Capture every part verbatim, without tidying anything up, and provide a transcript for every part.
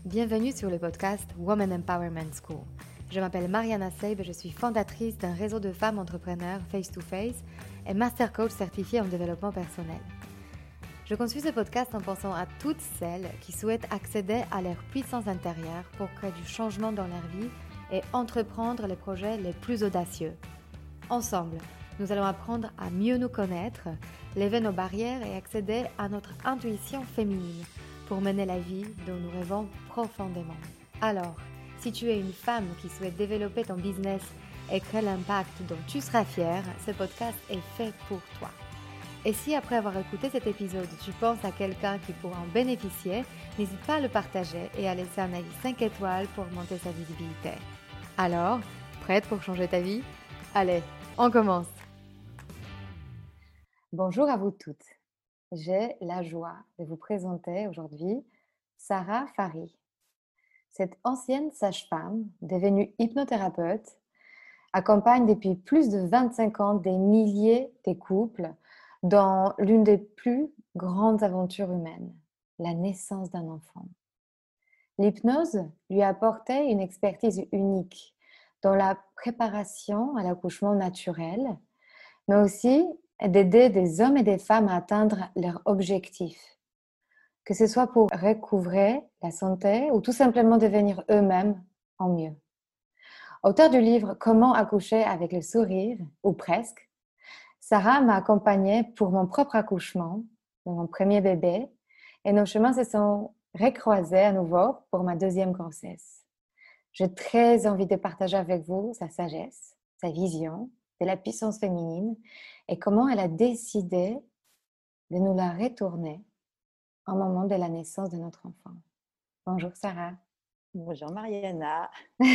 Bienvenue sur le podcast Women Empowerment School. Je m'appelle Mariana Seib et je suis fondatrice d'un réseau de femmes entrepreneurs face-to-face et master coach certifié en développement personnel. Je conçus ce podcast en pensant à toutes celles qui souhaitent accéder à leur puissance intérieure pour créer du changement dans leur vie et entreprendre les projets les plus audacieux. Ensemble, nous allons apprendre à mieux nous connaître, lever nos barrières et accéder à notre intuition féminine pour mener la vie dont nous rêvons profondément. Alors, si tu es une femme qui souhaite développer ton business et créer l'impact dont tu seras fière, ce podcast est fait pour toi. Et si après avoir écouté cet épisode, tu penses à quelqu'un qui pourra en bénéficier, n'hésite pas à le partager et à laisser un avis cinq étoiles pour augmenter sa visibilité. Alors, prête pour changer ta vie ? Allez, on commence. Bonjour à vous toutes. J'ai la joie de vous présenter aujourd'hui Sarah Fari. Cette ancienne sage-femme, devenue hypnothérapeute, accompagne depuis plus de vingt-cinq ans des milliers de couples dans l'une des plus grandes aventures humaines, la naissance d'un enfant. L'hypnose lui a apporté une expertise unique dans la préparation à l'accouchement naturel, mais aussi d'aider des hommes et des femmes à atteindre leurs objectifs, que ce soit pour recouvrer la santé ou tout simplement devenir eux-mêmes en mieux. Auteur du livre « Comment accoucher avec le sourire » ou presque, Sarah m'a accompagnée pour mon propre accouchement, de mon premier bébé, et nos chemins se sont recroisés à nouveau pour ma deuxième grossesse. J'ai très envie de partager avec vous sa sagesse, sa vision de la puissance féminine et comment elle a décidé de nous la retourner au moment de la naissance de notre enfant. Bonjour Sarah. Bonjour Mariana.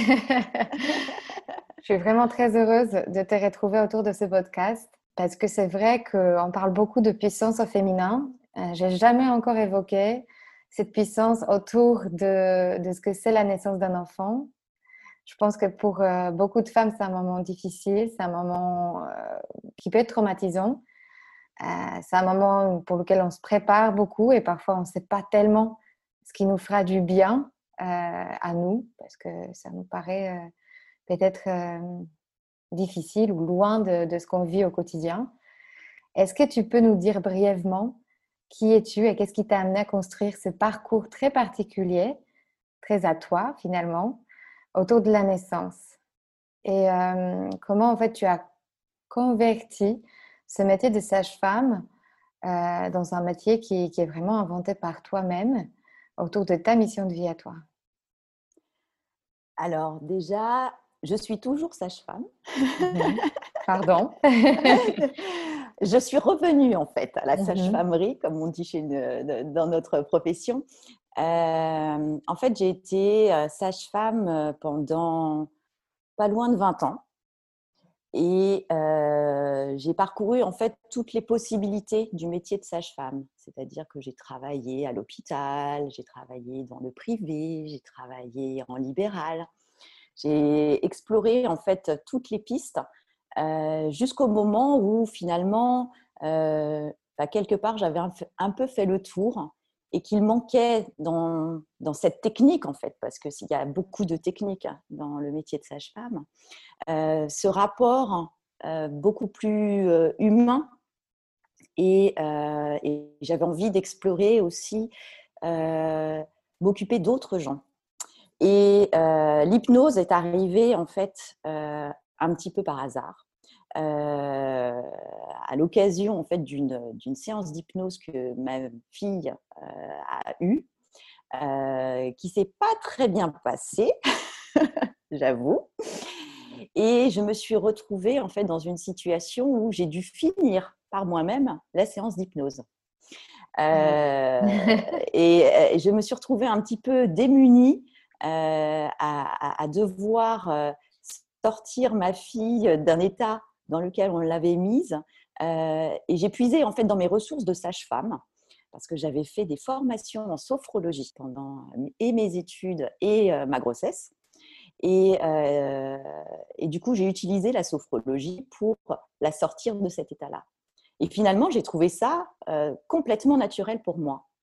Je suis vraiment très heureuse de te retrouver autour de ce podcast parce que c'est vrai qu'on parle beaucoup de puissance au féminin. Euh, je n'ai jamais encore évoqué cette puissance autour de, de ce que c'est la naissance d'un enfant. Je pense que pour euh, beaucoup de femmes, c'est un moment difficile, c'est un moment euh, qui peut être traumatisant. Euh, c'est un moment pour lequel on se prépare beaucoup et parfois on ne sait pas tellement ce qui nous fera du bien euh, à nous parce que ça nous paraît euh, peut-être euh, difficile ou loin de, de ce qu'on vit au quotidien. Est-ce que tu peux nous dire brièvement qui es-tu et qu'est-ce qui t'a amené à construire ce parcours très particulier, très à toi finalement, autour de la naissance et euh, comment en fait tu as converti ce métier de sage-femme euh, dans un métier qui, qui est vraiment inventé par toi-même autour de ta mission de vie à toi. Alors déjà, je suis toujours sage-femme. Mmh. Pardon. Je suis revenue en fait à la Mmh. sage-famerie, comme on dit chez nous, dans notre profession. Euh, en fait, j'ai été sage-femme pendant pas loin de vingt ans. Et euh, j'ai parcouru en fait toutes les possibilités du métier de sage-femme. C'est-à-dire que j'ai travaillé à l'hôpital, j'ai travaillé dans le privé, j'ai travaillé en libéral. J'ai exploré en fait toutes les pistes euh, jusqu'au moment où finalement, euh, bah, quelque part, j'avais un, un peu fait le tour et qu'il manquait dans, dans cette technique en fait, parce qu'il y a beaucoup de techniques dans le métier de sage-femme, euh, ce rapport euh, beaucoup plus euh, humain et, euh, et j'avais envie d'explorer aussi, euh, m'occuper d'autres gens. Et euh, l'hypnose est arrivée en fait euh, un petit peu par hasard. Euh, à l'occasion en fait d'une, d'une séance d'hypnose que ma fille euh, a eue, euh, qui s'est pas très bien passée, j'avoue. Et je me suis retrouvée en fait dans une situation où j'ai dû finir par moi-même la séance d'hypnose. Euh, et, et je me suis retrouvée un petit peu démunie euh, à, à, à devoir euh, sortir ma fille d'un état dans lequel on l'avait mise. Euh, et j'ai puisé en fait dans mes ressources de sage-femme parce que j'avais fait des formations en sophrologie pendant et mes études et euh, ma grossesse. Et, euh, et du coup, j'ai utilisé la sophrologie pour la sortir de cet état-là. Et finalement, j'ai trouvé ça euh, complètement naturel pour moi.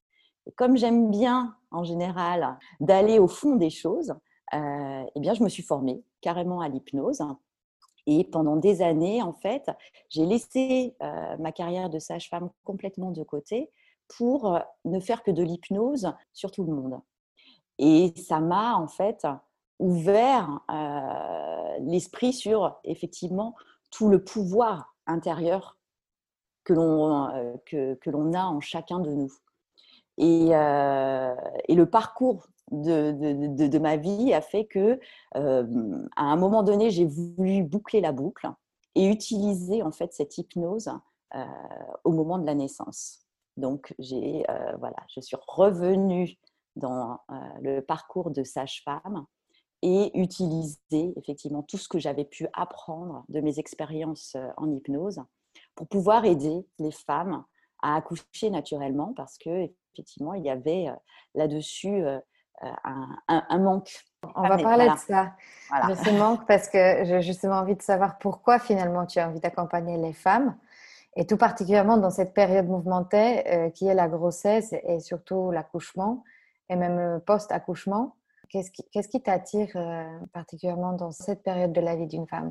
Et comme j'aime bien, en général, d'aller au fond des choses, euh, eh bien, je me suis formée carrément à l'hypnose. Et pendant des années, en fait, j'ai laissé euh, ma carrière de sage-femme complètement de côté pour euh, ne faire que de l'hypnose sur tout le monde. Et ça m'a, en fait, ouvert euh, l'esprit sur, effectivement, tout le pouvoir intérieur que l'on, euh, que, que l'on a en chacun de nous. Et, euh, et le parcours de, de, de, de ma vie a fait que, euh, à un moment donné, j'ai voulu boucler la boucle et utiliser en fait cette hypnose euh, au moment de la naissance. Donc, j'ai, euh, voilà, je suis revenue dans euh, le parcours de sage-femme et utiliser effectivement tout ce que j'avais pu apprendre de mes expériences en hypnose pour pouvoir aider les femmes à accoucher naturellement, parce que effectivement il y avait là-dessus un, un, un manque. On va parler voilà. de ça, voilà. de ce manque, parce que j'ai justement envie de savoir pourquoi finalement tu as envie d'accompagner les femmes, et tout particulièrement dans cette période mouvementée euh, qui est la grossesse et surtout l'accouchement, et même post-accouchement. Qu'est-ce qui, qu'est-ce qui t'attire euh, particulièrement dans cette période de la vie d'une femme?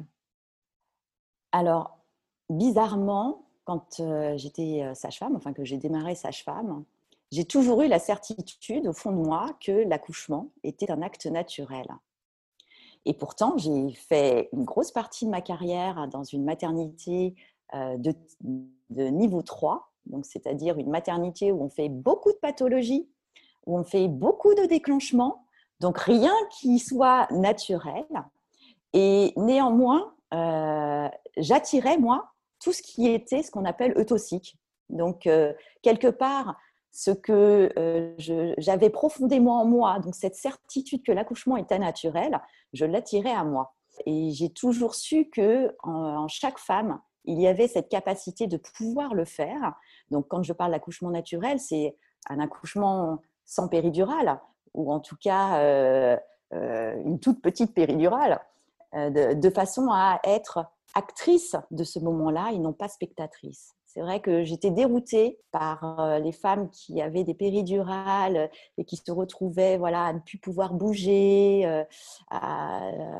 Alors, bizarrement, quand euh, j'étais sage-femme, enfin que j'ai démarré sage-femme, j'ai toujours eu la certitude au fond de moi que l'accouchement était un acte naturel. Et pourtant, j'ai fait une grosse partie de ma carrière dans une maternité euh, de, de niveau trois, donc c'est-à-dire une maternité où on fait beaucoup de pathologies, où on fait beaucoup de déclenchements, donc rien qui soit naturel. Et néanmoins, euh, j'attirais, moi, tout ce qui était ce qu'on appelle eutocique. Donc, euh, quelque part, ce que euh, je, j'avais profondément en moi, donc cette certitude que l'accouchement était naturel, je l'attirais à moi. Et j'ai toujours su qu'en en chaque femme, il y avait cette capacité de pouvoir le faire. Donc, quand je parle d'accouchement naturel, c'est un accouchement sans péridurale, ou en tout cas euh, euh, une toute petite péridurale, de, de façon à être actrice de ce moment-là et non pas spectatrice. C'est vrai que j'étais déroutée par les femmes qui avaient des péridurales et qui se retrouvaient voilà, à ne plus pouvoir bouger, à,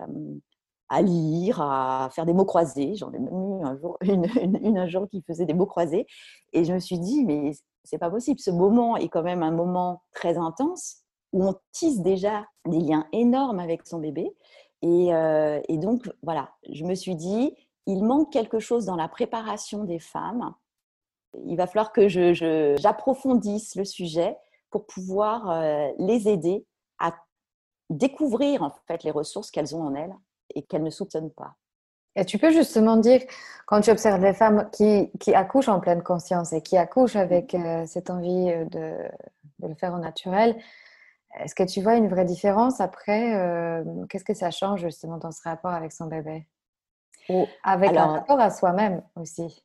à lire, à faire des mots croisés. J'en ai même eu un jour, une, une, une un jour qui faisait des mots croisés. Et je me suis dit, mais c'est pas possible. Ce moment est quand même un moment très intense où on tisse déjà des liens énormes avec son bébé. Et, euh, et donc, voilà, je me suis dit, il manque quelque chose dans la préparation des femmes. Il va falloir que je, je, j'approfondisse le sujet pour pouvoir euh, les aider à découvrir en fait les ressources qu'elles ont en elles et qu'elles ne soupçonnent pas. Et tu peux justement dire, quand tu observes les femmes qui, qui accouchent en pleine conscience et qui accouchent avec euh, cette envie de, de le faire au naturel, est-ce que tu vois une vraie différence après euh, qu'est-ce que ça change justement dans ce rapport avec son bébé? Ou avec Alors, un rapport à soi-même aussi?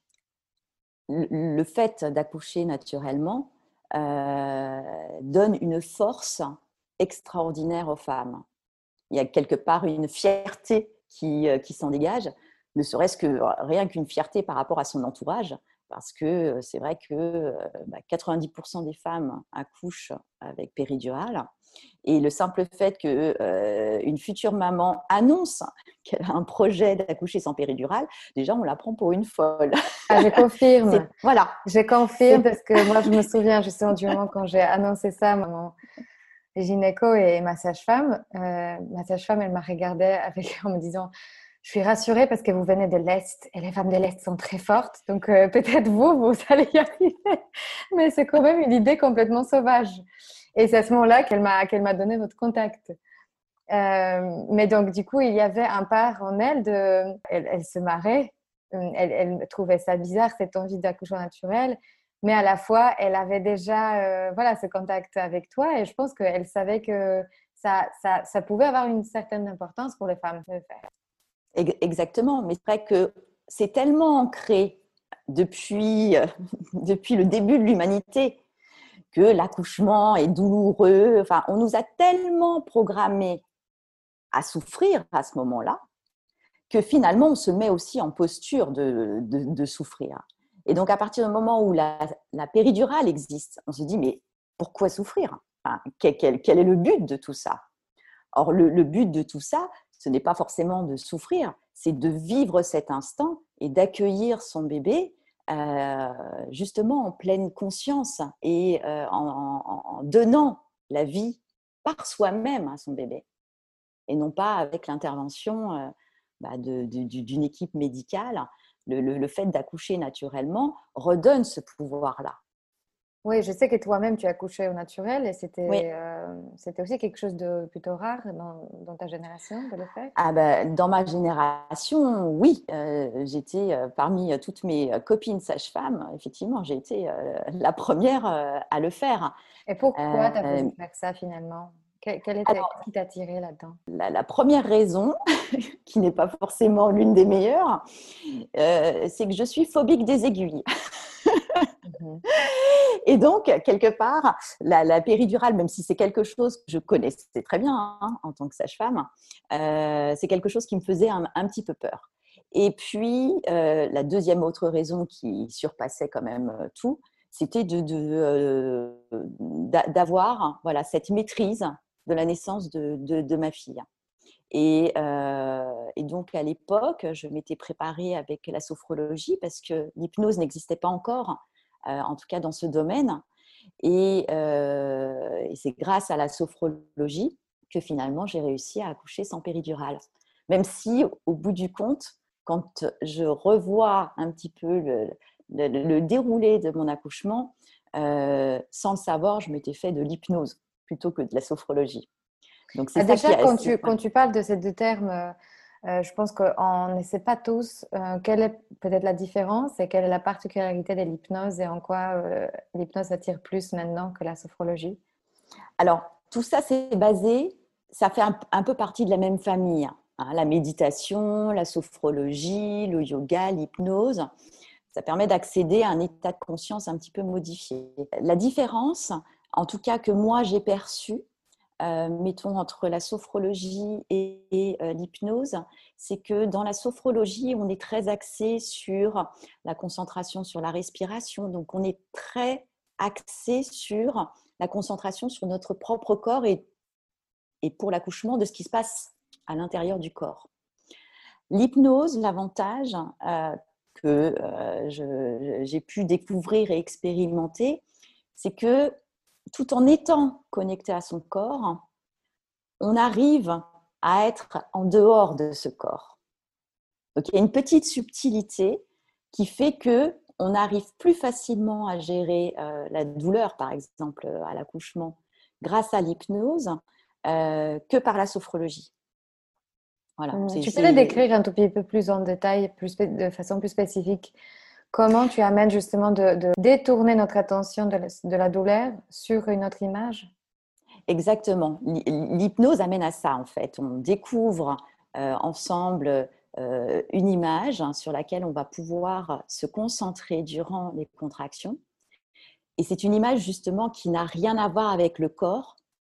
Le, le fait d'accoucher naturellement euh, donne une force extraordinaire aux femmes. Il y a quelque part une fierté qui, qui s'en dégage, ne serait-ce que rien qu'une fierté par rapport à son entourage, parce que c'est vrai que bah, quatre-vingt-dix pour cent des femmes accouchent avec péridurale. Et le simple fait qu'une euh, future maman annonce qu'elle a un projet d'accoucher sans péridurale, déjà, on la prend pour une folle. Ah, je confirme. Voilà. Je confirme parce que moi, je me souviens justement du moment quand j'ai annoncé ça à mon gynéco et ma sage-femme. Euh, ma sage-femme, elle m'a regardée avec, en me disant « Je suis rassurée parce que vous venez de l'Est et les femmes de l'Est sont très fortes. Donc, euh, peut-être vous, vous allez y arriver. » Mais c'est quand même une idée complètement sauvage. Et c'est à ce moment-là qu'elle m'a, qu'elle m'a donné votre contact. Euh, mais donc, du coup, il y avait un part en elle de... Elle, elle se marrait. Elle, elle trouvait ça bizarre, cette envie d'accouchement naturel. Mais à la fois, elle avait déjà euh, voilà, ce contact avec toi. Et je pense qu'elle savait que ça, ça, ça pouvait avoir une certaine importance pour les femmes de le faire. Exactement. Mais c'est vrai que c'est tellement ancré depuis, euh, depuis le début de l'humanité que l'accouchement est douloureux. Enfin, on nous a tellement programmés à souffrir à ce moment-là que finalement, on se met aussi en posture de, de, de souffrir. Et donc, à partir du moment où la, la péridurale existe, on se dit, mais pourquoi souffrir? Enfin, quel, quel, quel est le but de tout ça? Or, le, le but de tout ça, ce n'est pas forcément de souffrir, c'est de vivre cet instant et d'accueillir son bébé euh, justement en pleine conscience et euh, en, en, en donnant la vie par soi-même à son bébé et non pas avec l'intervention euh, bah, de, de, d'une équipe médicale. Le, le, le fait d'accoucher naturellement redonne ce pouvoir-là. Oui, je sais que toi-même, tu as accouché au naturel et Oui. c'était euh, c'était aussi quelque chose de plutôt rare dans, dans ta génération de le faire. Ah ben, dans ma génération, oui, euh, j'étais euh, parmi toutes mes copines sages-femmes, effectivement, j'ai été euh, la première euh, à le faire. Et pourquoi tu as Euh, voulu faire ça finalement? Quel, quel était, alors, qu'est-ce qui t'a attiré là-dedans? la, la première raison, qui n'est pas forcément l'une des meilleures, euh, c'est que je suis phobique des aiguilles. Mhm. Et donc, quelque part, la, la péridurale, même si c'est quelque chose que je connaissais très bien hein, en tant que sage-femme, euh, c'est quelque chose qui me faisait un, un petit peu peur. Et puis, euh, la deuxième autre raison qui surpassait quand même tout, c'était de, de, euh, d'avoir voilà, cette maîtrise de la naissance de, de, de ma fille. Et, euh, et, donc, à l'époque, je m'étais préparée avec la sophrologie parce que l'hypnose n'existait pas encore, euh, en tout cas dans ce domaine. Et, euh, et c'est grâce à la sophrologie que finalement, j'ai réussi à accoucher sans péridurale. Même si, au bout du compte, quand je revois un petit peu le, le, le déroulé de mon accouchement, euh, sans le savoir, je m'étais fait de l'hypnose plutôt que de la sophrologie. Donc, c'est Ah, ça qui déjà, est quand assez… tu, quand tu parles de ces deux termes, euh, euh, je pense qu'on ne sait pas tous euh, quelle est peut-être la différence et quelle est la particularité de l'hypnose et en quoi euh, l'hypnose attire plus maintenant que la sophrologie. Alors, tout ça, c'est basé, ça fait un, un peu partie de la même famille. Hein, la méditation, la sophrologie, le yoga, l'hypnose, ça permet d'accéder à un état de conscience un petit peu modifié. La différence, en tout cas que moi j'ai perçue, euh, mettons entre la sophrologie et, et euh, l'hypnose, c'est que dans la sophrologie, on est très axé sur la concentration sur la respiration. Donc, on est très axé sur la concentration sur notre propre corps et, et pour l'accouchement de ce qui se passe à l'intérieur du corps. L'hypnose, l'avantage euh, que euh, je, j'ai pu découvrir et expérimenter, c'est que tout en étant connecté à son corps, on arrive à être en dehors de ce corps. Donc, il y a une petite subtilité qui fait que on arrive plus facilement à gérer euh, la douleur, par exemple, à l'accouchement, grâce à l'hypnose euh, que par la sophrologie. Voilà. Hum, C'est, Tu peux le c'est décrire un tout petit peu plus en détail, plus, spé- de façon plus spécifique. Comment tu amènes justement de, de détourner notre attention de la, de la douleur sur une autre image? exactement. L'hypnose amène à ça, en fait. On découvre euh, ensemble euh, une image sur laquelle on va pouvoir se concentrer durant les contractions. Et c'est une image justement qui n'a rien à voir avec le corps,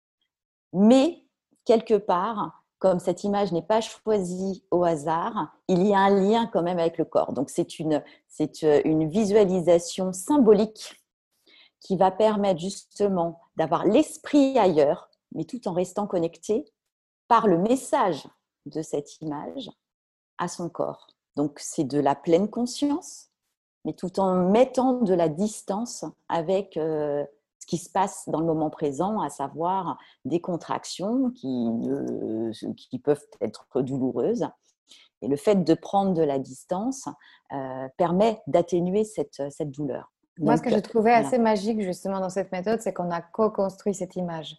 mais quelque part, comme cette image n'est pas choisie au hasard, il y a un lien quand même avec le corps. Donc c'est une, c'est une visualisation symbolique qui va permettre justement d'avoir l'esprit ailleurs, mais tout en restant connecté par le message de cette image à son corps. Donc c'est de la pleine conscience, mais tout en mettant de la distance avec euh, ce qui se passe dans le moment présent, à savoir des contractions qui, euh, qui peuvent être douloureuses. Et le fait de prendre de la distance euh, permet d'atténuer cette, cette douleur. Moi, ce que Donc, je trouvais voilà, assez magique justement dans cette méthode, c'est qu'on a co-construit cette image.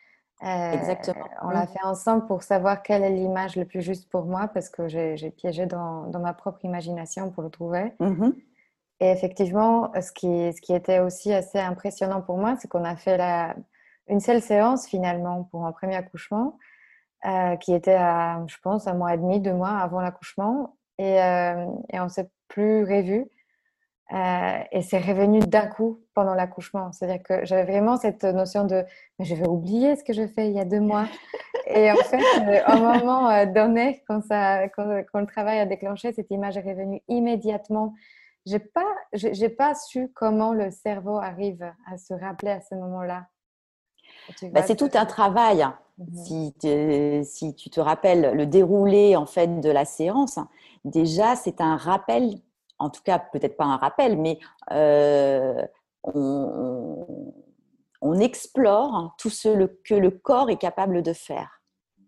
Euh, exactement. on Mmh. l'a fait ensemble pour savoir quelle est l'image le plus juste pour moi parce que j'ai j'ai piégé dans, dans ma propre imagination pour le trouver. Mmh. Et effectivement, ce qui, ce qui était aussi assez impressionnant pour moi, c'est qu'on a fait la, une seule séance finalement pour un premier accouchement euh, qui était à, je pense, un mois et demi, deux mois avant l'accouchement. Et, euh, et on s'est plus revus. Euh, et c'est revenu d'un coup pendant l'accouchement. C'est-à-dire que j'avais vraiment cette notion de mais je vais oublier ce que je fais il y a deux mois. Et en fait, euh, au moment euh, donné, quand, ça, quand, quand le travail a déclenché, cette image est revenue immédiatement. j'ai pas, j'ai, j'ai pas su comment le cerveau arrive à se rappeler à ce moment-là. Tu Bah, vois ce c'est que tout je veux un dire? travail. Mhm. Si, te- si tu te rappelles le déroulé en fait de la séance, déjà c'est un rappel, en tout cas peut-être pas un rappel, mais euh, on, on- on explore tout ce le- que le corps est capable de faire.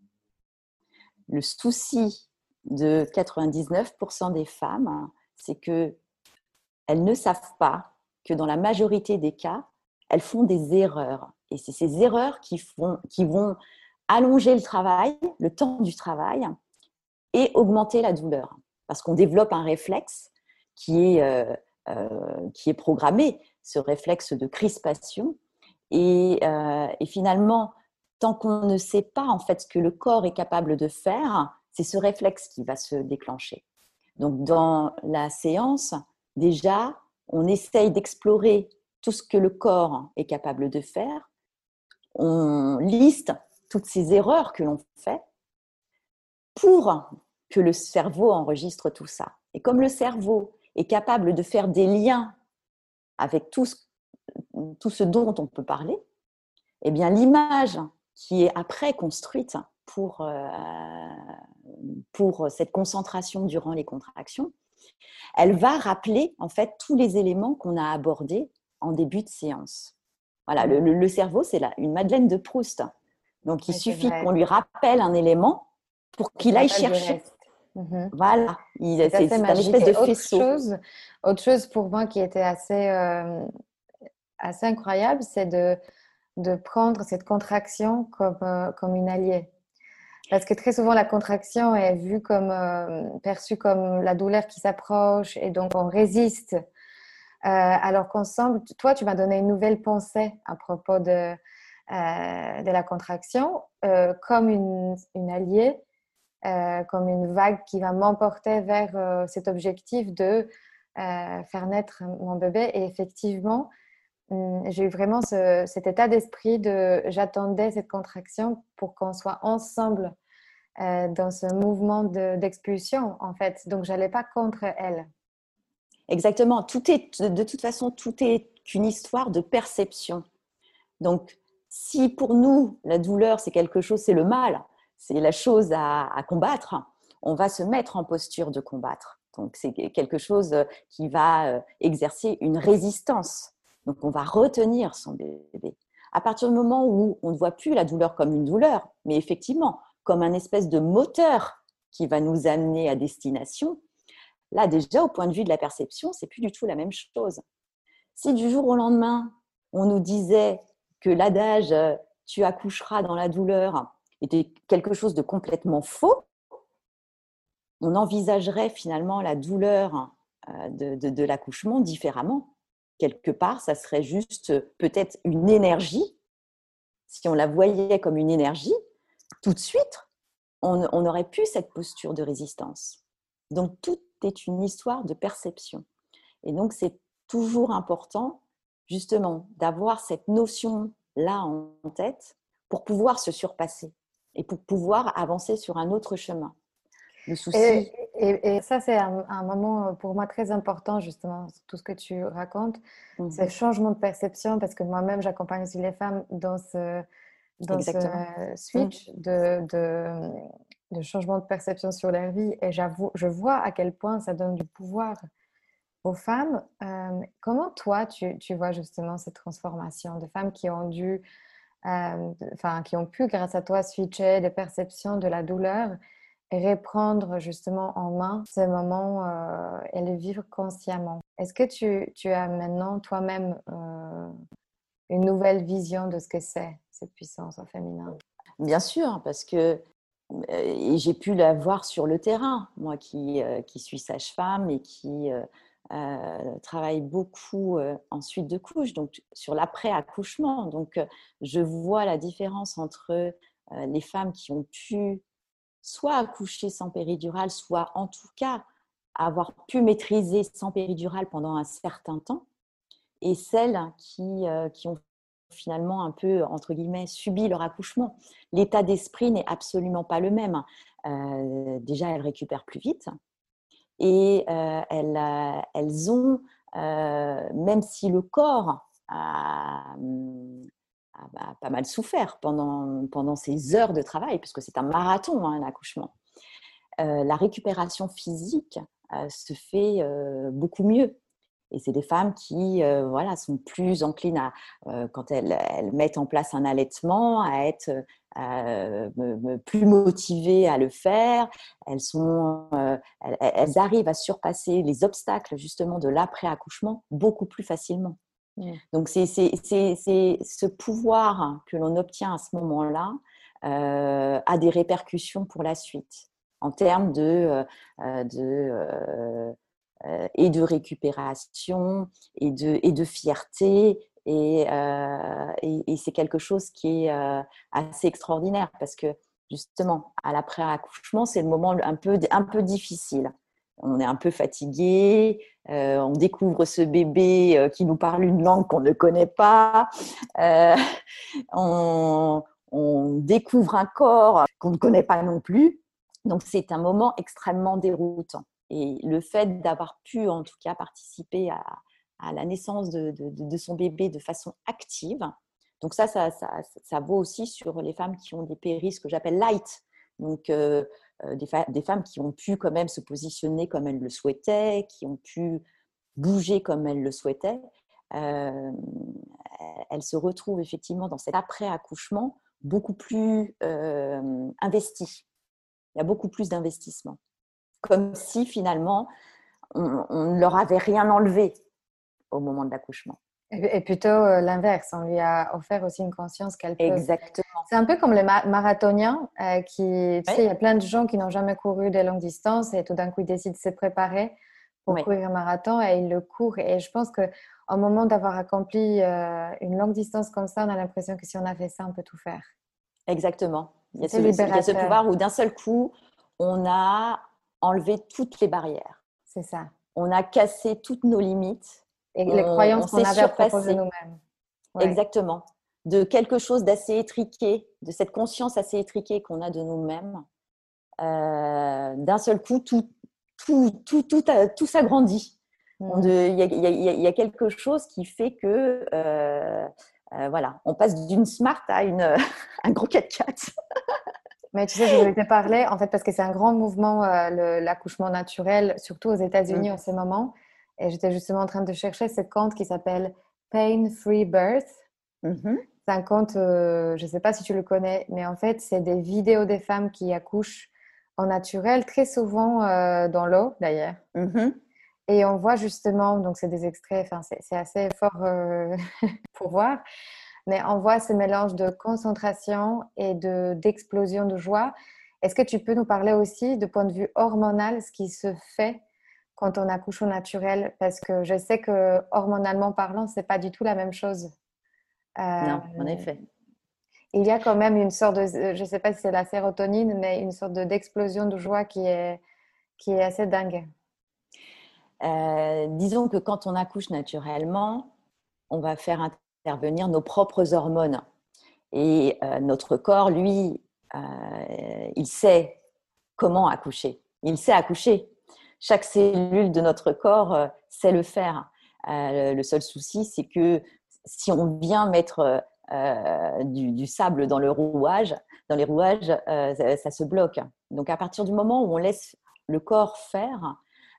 Le souci de quatre-vingt-dix-neuf pour cent des femmes, c'est que elles ne savent pas que dans la majorité des cas, elles font des erreurs. Et c'est ces erreurs qui, font, qui vont allonger le travail, le temps du travail, et augmenter la douleur. Parce qu'on développe un réflexe qui est, euh, euh, qui est programmé, ce réflexe de crispation. Et, euh, et finalement, tant qu'on ne sait pas en fait ce que le corps est capable de faire, c'est ce réflexe qui va se déclencher. Donc, dans la séance, déjà, on essaye d'explorer tout ce que le corps est capable de faire. On liste toutes ces erreurs que l'on fait pour que le cerveau enregistre tout ça. Et comme le cerveau est capable de faire des liens avec tout ce, tout ce dont on peut parler, eh bien, l'image qui est après construite pour, euh, pour cette concentration durant les contractions, elle va rappeler en fait tous les éléments qu'on a abordés en début de séance. Voilà, le, le, le cerveau, c'est là, une Madeleine de Proust. Donc, il Oui, c'est suffit vrai. qu'on lui rappelle un élément pour On se qu'il aille rappelle du chercher. reste. Mhm. Voilà, il, C'est c'est, assez c'est un magique. espèce Et de autre faisceau. chose, autre chose pour moi qui était assez, euh, assez incroyable, c'est de, de prendre cette contraction comme, euh, comme une alliée. Parce que très souvent, la contraction est vue comme, euh, perçue comme la douleur qui s'approche et donc on résiste. Euh, alors qu'ensemble, toi, tu m'as donné une nouvelle pensée à propos de, euh, de la contraction, euh, comme une, une alliée, euh, comme une vague qui va m'emporter vers euh, cet objectif de euh, faire naître mon bébé. Et effectivement, hum, j'ai eu vraiment ce- cet état d'esprit de j'attendais cette contraction pour qu'on soit ensemble euh, dans ce mouvement de- d'expulsion, en fait. Donc, j'allais pas contre elle. Exactement. Tout est, de toute façon, tout est qu'une histoire de perception. Donc, si pour nous, la douleur, c'est quelque chose, c'est le mal, c'est la chose à, à combattre, on va se mettre en posture de combattre. Donc, c'est quelque chose qui va exercer une résistance. Donc, on va retenir son bébé. À partir du moment où on ne voit plus la douleur comme une douleur, mais effectivement comme un espèce de moteur qui va nous amener à destination, là, déjà, au point de vue de la perception, c'est plus du tout la même chose. Si du jour au lendemain, on nous disait que l'adage euh, tu accoucheras dans la douleur était quelque chose de complètement faux, on envisagerait finalement la douleur euh, de, de, de l'accouchement différemment. Quelque part, ça serait juste peut-être une énergie. Si on la voyait comme une énergie, tout de suite, on, on aurait plus cette posture de résistance. Donc, tout est une histoire de perception. Et donc, c'est toujours important, justement, d'avoir cette notion-là en tête pour pouvoir se surpasser et pour pouvoir avancer sur un autre chemin. Le Et, souci… et, et ça, c'est un, un moment euh, pour moi très important, justement, tout ce que tu racontes, c'est le Mhm. changement de perception, parce que moi-même, j'accompagne aussi les femmes dans ce, dans ce Exactement. Mhm. switch de, de, de changement de perception sur leur vie. Et j'avoue, je vois à quel point ça donne du pouvoir aux femmes. Euh, comment toi, tu, tu vois justement cette transformation de femmes qui ont dû, euh, enfin, qui ont pu, grâce à toi, switcher des perceptions de la douleur et reprendre justement en main ces moments euh, et les vivre consciemment. Est-ce que tu, tu as maintenant toi-même euh, une nouvelle vision de ce que c'est, cette puissance au féminin? Bien sûr, parce que euh, et j'ai pu la voir sur le terrain, moi qui, euh, qui suis sage-femme et qui euh, euh, travaille beaucoup euh, en suite de couche, donc sur l'après-accouchement. Donc, euh, je vois la différence entre euh, les femmes qui ont pu soit accoucher sans péridurale, soit en tout cas avoir pu maîtriser sans péridurale pendant un certain temps, et celles qui, euh, qui ont finalement un peu, entre guillemets, subi leur accouchement. L'état d'esprit n'est absolument pas le même. Euh, déjà, elles récupèrent plus vite. et euh, elles, euh, elles ont, euh, même si le corps a, a, a pas mal souffert pendant, pendant ces heures de travail, puisque c'est un marathon, hein, l'accouchement, euh, la récupération physique euh, se fait euh, beaucoup mieux. Et c'est des femmes qui euh, voilà, sont plus enclines à, euh, quand elles, elles mettent en place un allaitement, à être euh, plus motivées à le faire. Elles, sont, euh, elles, elles arrivent à surpasser les obstacles justement de l'après-accouchement beaucoup plus facilement. Mmh. Donc, c'est, c'est, c'est, c'est ce pouvoir que l'on obtient à ce moment-là euh, a des répercussions pour la suite en termes de, euh, de euh, euh, et de récupération et de, et de fierté. Et, euh, et, et c'est quelque chose qui est euh, assez extraordinaire parce que justement, à l'après-accouchement, c'est le moment un peu, un peu difficile. On est un peu fatigué, euh, on découvre ce bébé euh, qui nous parle une langue qu'on ne connaît pas, euh, on, on découvre un corps qu'on ne connaît pas non plus. Donc, c'est un moment extrêmement déroutant. Et le fait d'avoir pu, en tout cas, participer à, à la naissance de, de, de, son bébé de façon active, donc ça ça, ça, ça vaut aussi sur les femmes qui ont des péris, ce que j'appelle light. Donc, euh, des, fa- des femmes qui ont pu quand même se positionner comme elles le souhaitaient, qui ont pu bouger comme elles le souhaitaient. Euh, elles se retrouvent effectivement dans cet après-accouchement beaucoup plus euh, investies. Il y a beaucoup plus d'investissement. Comme si finalement, on, on ne leur avait rien enlevé au moment de l'accouchement. Et, et plutôt euh, l'inverse, on lui a offert aussi une conscience qu'elle peut. Exactement. C'est un peu comme les ma- marathoniens euh, qui, tu oui. sais, il y a plein de gens qui n'ont jamais couru des longues distances et tout d'un coup ils décident de se préparer pour oui. courir un marathon et ils le courent. Et je pense qu'au moment d'avoir accompli euh, une longue distance comme ça, on a l'impression que si on a fait ça, on peut tout faire. Exactement. Il y a, ce, il y a ce pouvoir où d'un seul coup, on a enlevé toutes les barrières. C'est ça. On a cassé toutes nos limites. Et on, les croyances qu'on avait surpassé. à propos de nous-mêmes. Ouais. Exactement. De quelque chose d'assez étriqué, de cette conscience assez étriquée qu'on a de nous-mêmes. Euh, d'un seul coup, tout, tout, tout, tout, tout s'agrandit. Il mmh. y, y, y a quelque chose qui fait que euh, euh, voilà, on passe d'une Smart à une, un gros quatre-quatre. Mais tu sais, je voulais te parler, en fait, parce que c'est un grand mouvement, euh, le, l'accouchement naturel, surtout aux États-Unis mmh. en ce moment. Et j'étais justement en train de chercher ce compte qui s'appelle Pain Free Birth. Mmh. C'est un compte, euh, je ne sais pas si tu le connais, mais en fait, c'est des vidéos des femmes qui accouchent en naturel, très souvent euh, dans l'eau d'ailleurs. Mmh. Et on voit justement, donc c'est des extraits, enfin, c'est, c'est assez fort euh, pour voir. Mais on voit ce mélange de concentration et de, d'explosion de joie. Est-ce que tu peux nous parler aussi, de point de vue hormonal, ce qui se fait quand on accouche au naturel? Parce que je sais que hormonalement parlant, ce n'est pas du tout la même chose. Euh, non, en effet. Il y a quand même une sorte de, je ne sais pas si c'est la sérotonine, mais une sorte de, d'explosion de joie qui est, qui est assez dingue. Euh, disons que quand on accouche naturellement, on va faire intervenir nos propres hormones. Et euh, notre corps, lui, euh, il sait comment accoucher. Il sait accoucher. Chaque cellule de notre corps euh, sait le faire. Euh, le seul souci, c'est que si on vient mettre euh, du, du sable dans le rouage, dans les rouages, euh, ça, ça se bloque. Donc, à partir du moment où on laisse le corps faire,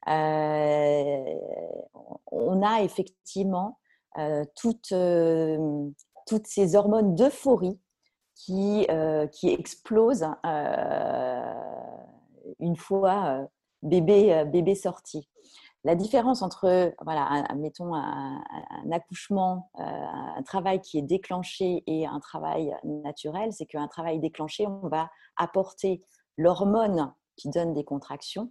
euh, on a effectivement euh, toute, euh, toutes ces hormones d'euphorie qui, euh, qui explosent euh, une fois euh, bébé, euh, bébé sorti. La différence entre, voilà, un, mettons un, un accouchement, euh, un travail qui est déclenché et un travail naturel, c'est qu'un travail déclenché, on va apporter l'hormone qui donne des contractions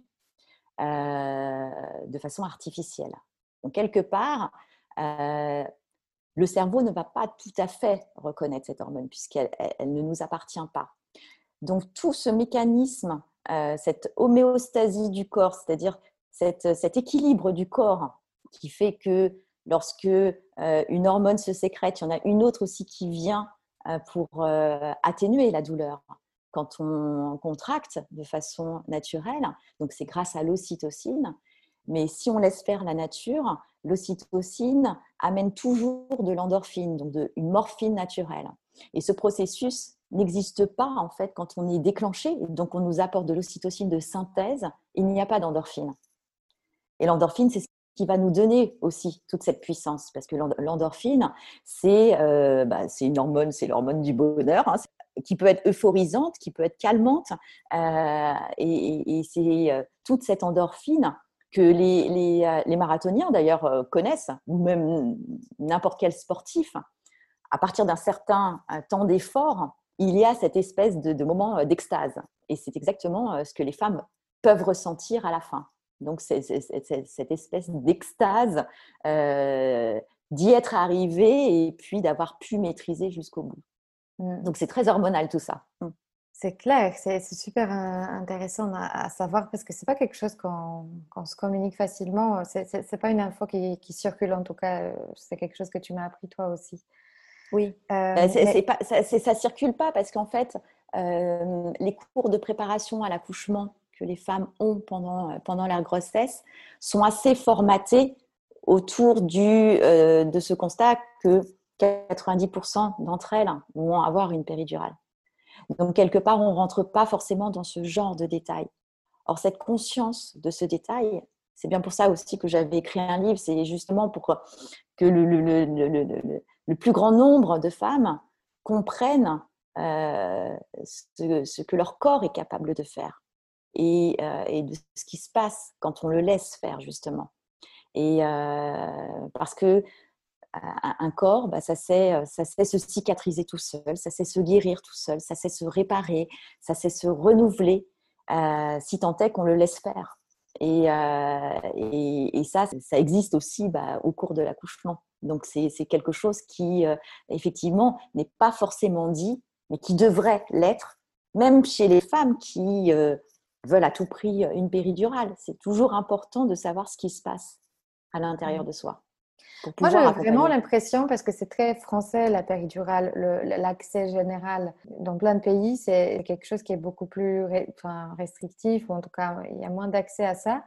euh, de façon artificielle. Donc, quelque part, euh, le cerveau ne va pas tout à fait reconnaître cette hormone puisqu'elle elle, elle ne nous appartient pas. Donc, tout ce mécanisme, euh, cette homéostasie du corps, c'est-à-dire cette, cet équilibre du corps qui fait que lorsque euh, une hormone se sécrète, il y en a une autre aussi qui vient euh, pour euh, atténuer la douleur. quand on contracte de façon naturelle. Donc, c'est grâce à l'ocytocine. Mais si on laisse faire la nature, l'ocytocine amène toujours de l'endorphine, donc de, une morphine naturelle. Et ce processus n'existe pas en fait quand on est déclenché, donc on nous apporte de l'ocytocine de synthèse, il n'y a pas d'endorphine. Et l'endorphine, c'est ce qui va nous donner aussi toute cette puissance, parce que l'endorphine, c'est, euh, bah, c'est une hormone, c'est l'hormone du bonheur, hein, qui peut être euphorisante, qui peut être calmante, euh, et, et c'est euh, toute cette endorphine que les, les, les marathoniens d'ailleurs euh, connaissent, ou même n'importe quel sportif. À partir d'un certain temps d'effort, il y a cette espèce de, de moment d'extase. Et c'est exactement ce que les femmes peuvent ressentir à la fin. Donc, c'est, c'est, c'est cette espèce d'extase euh, d'y être arrivé et puis d'avoir pu maîtriser jusqu'au bout. Mmh. Donc, c'est très hormonal tout ça. Mmh. C'est clair, c'est, c'est super intéressant à, à savoir parce que c'est pas quelque chose qu'on, qu'on se communique facilement. C'est, c'est, c'est pas une info qui, qui circule en tout cas. C'est quelque chose que tu m'as appris toi aussi. Oui, euh, c'est, mais... c'est pas, ça, c'est, ça circule pas parce qu'en fait, euh, les cours de préparation à l'accouchement que les femmes ont pendant, pendant leur grossesse sont assez formatés autour du, euh, de ce constat que quatre-vingt-dix pour cent d'entre elles vont avoir une péridurale. Donc, quelque part, on ne rentre pas forcément dans ce genre de détails. Or, cette conscience de ce détail, c'est bien pour ça aussi que j'avais écrit un livre, c'est justement pour que le, le, le, le, le, le plus grand nombre de femmes comprennent euh, ce, ce que leur corps est capable de faire et, euh, et de ce qui se passe quand on le laisse faire, justement. Et euh, parce que un corps, bah, ça, sait, ça sait se cicatriser tout seul, ça sait se guérir tout seul, ça sait se réparer, ça sait se renouveler, euh, si tant est qu'on le laisse faire. Et, euh, et, et ça, ça existe aussi bah, au cours de l'accouchement. Donc, c'est, c'est quelque chose qui, euh, effectivement, n'est pas forcément dit, mais qui devrait l'être, même chez les femmes qui euh, veulent à tout prix une péridurale. C'est toujours important de savoir ce qui se passe à l'intérieur de soi. Moi, j'avais vraiment l'impression, parce que c'est très français, la péridurale, le, l'accès général. Dans plein de pays, c'est quelque chose qui est beaucoup plus enfin, restrictif, ou en tout cas, il y a moins d'accès à ça.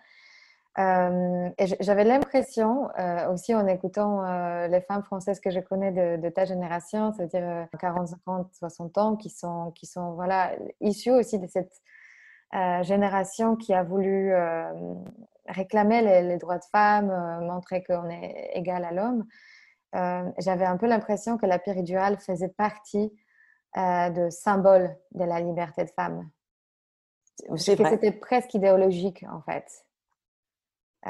Euh, et j'avais l'impression, euh, aussi en écoutant euh, les femmes françaises que je connais de, de ta génération, c'est-à-dire euh, quarante, cinquante, soixante ans, qui sont, qui sont voilà, issues aussi de cette euh, génération qui a voulu euh, réclamer les, les droits de femmes, euh, montrer qu'on est égal à l'homme. Euh, j'avais un peu l'impression que la péridurale faisait partie euh, de symbole de la liberté de femme. C'est que vrai. C'était presque idéologique, en fait. Euh,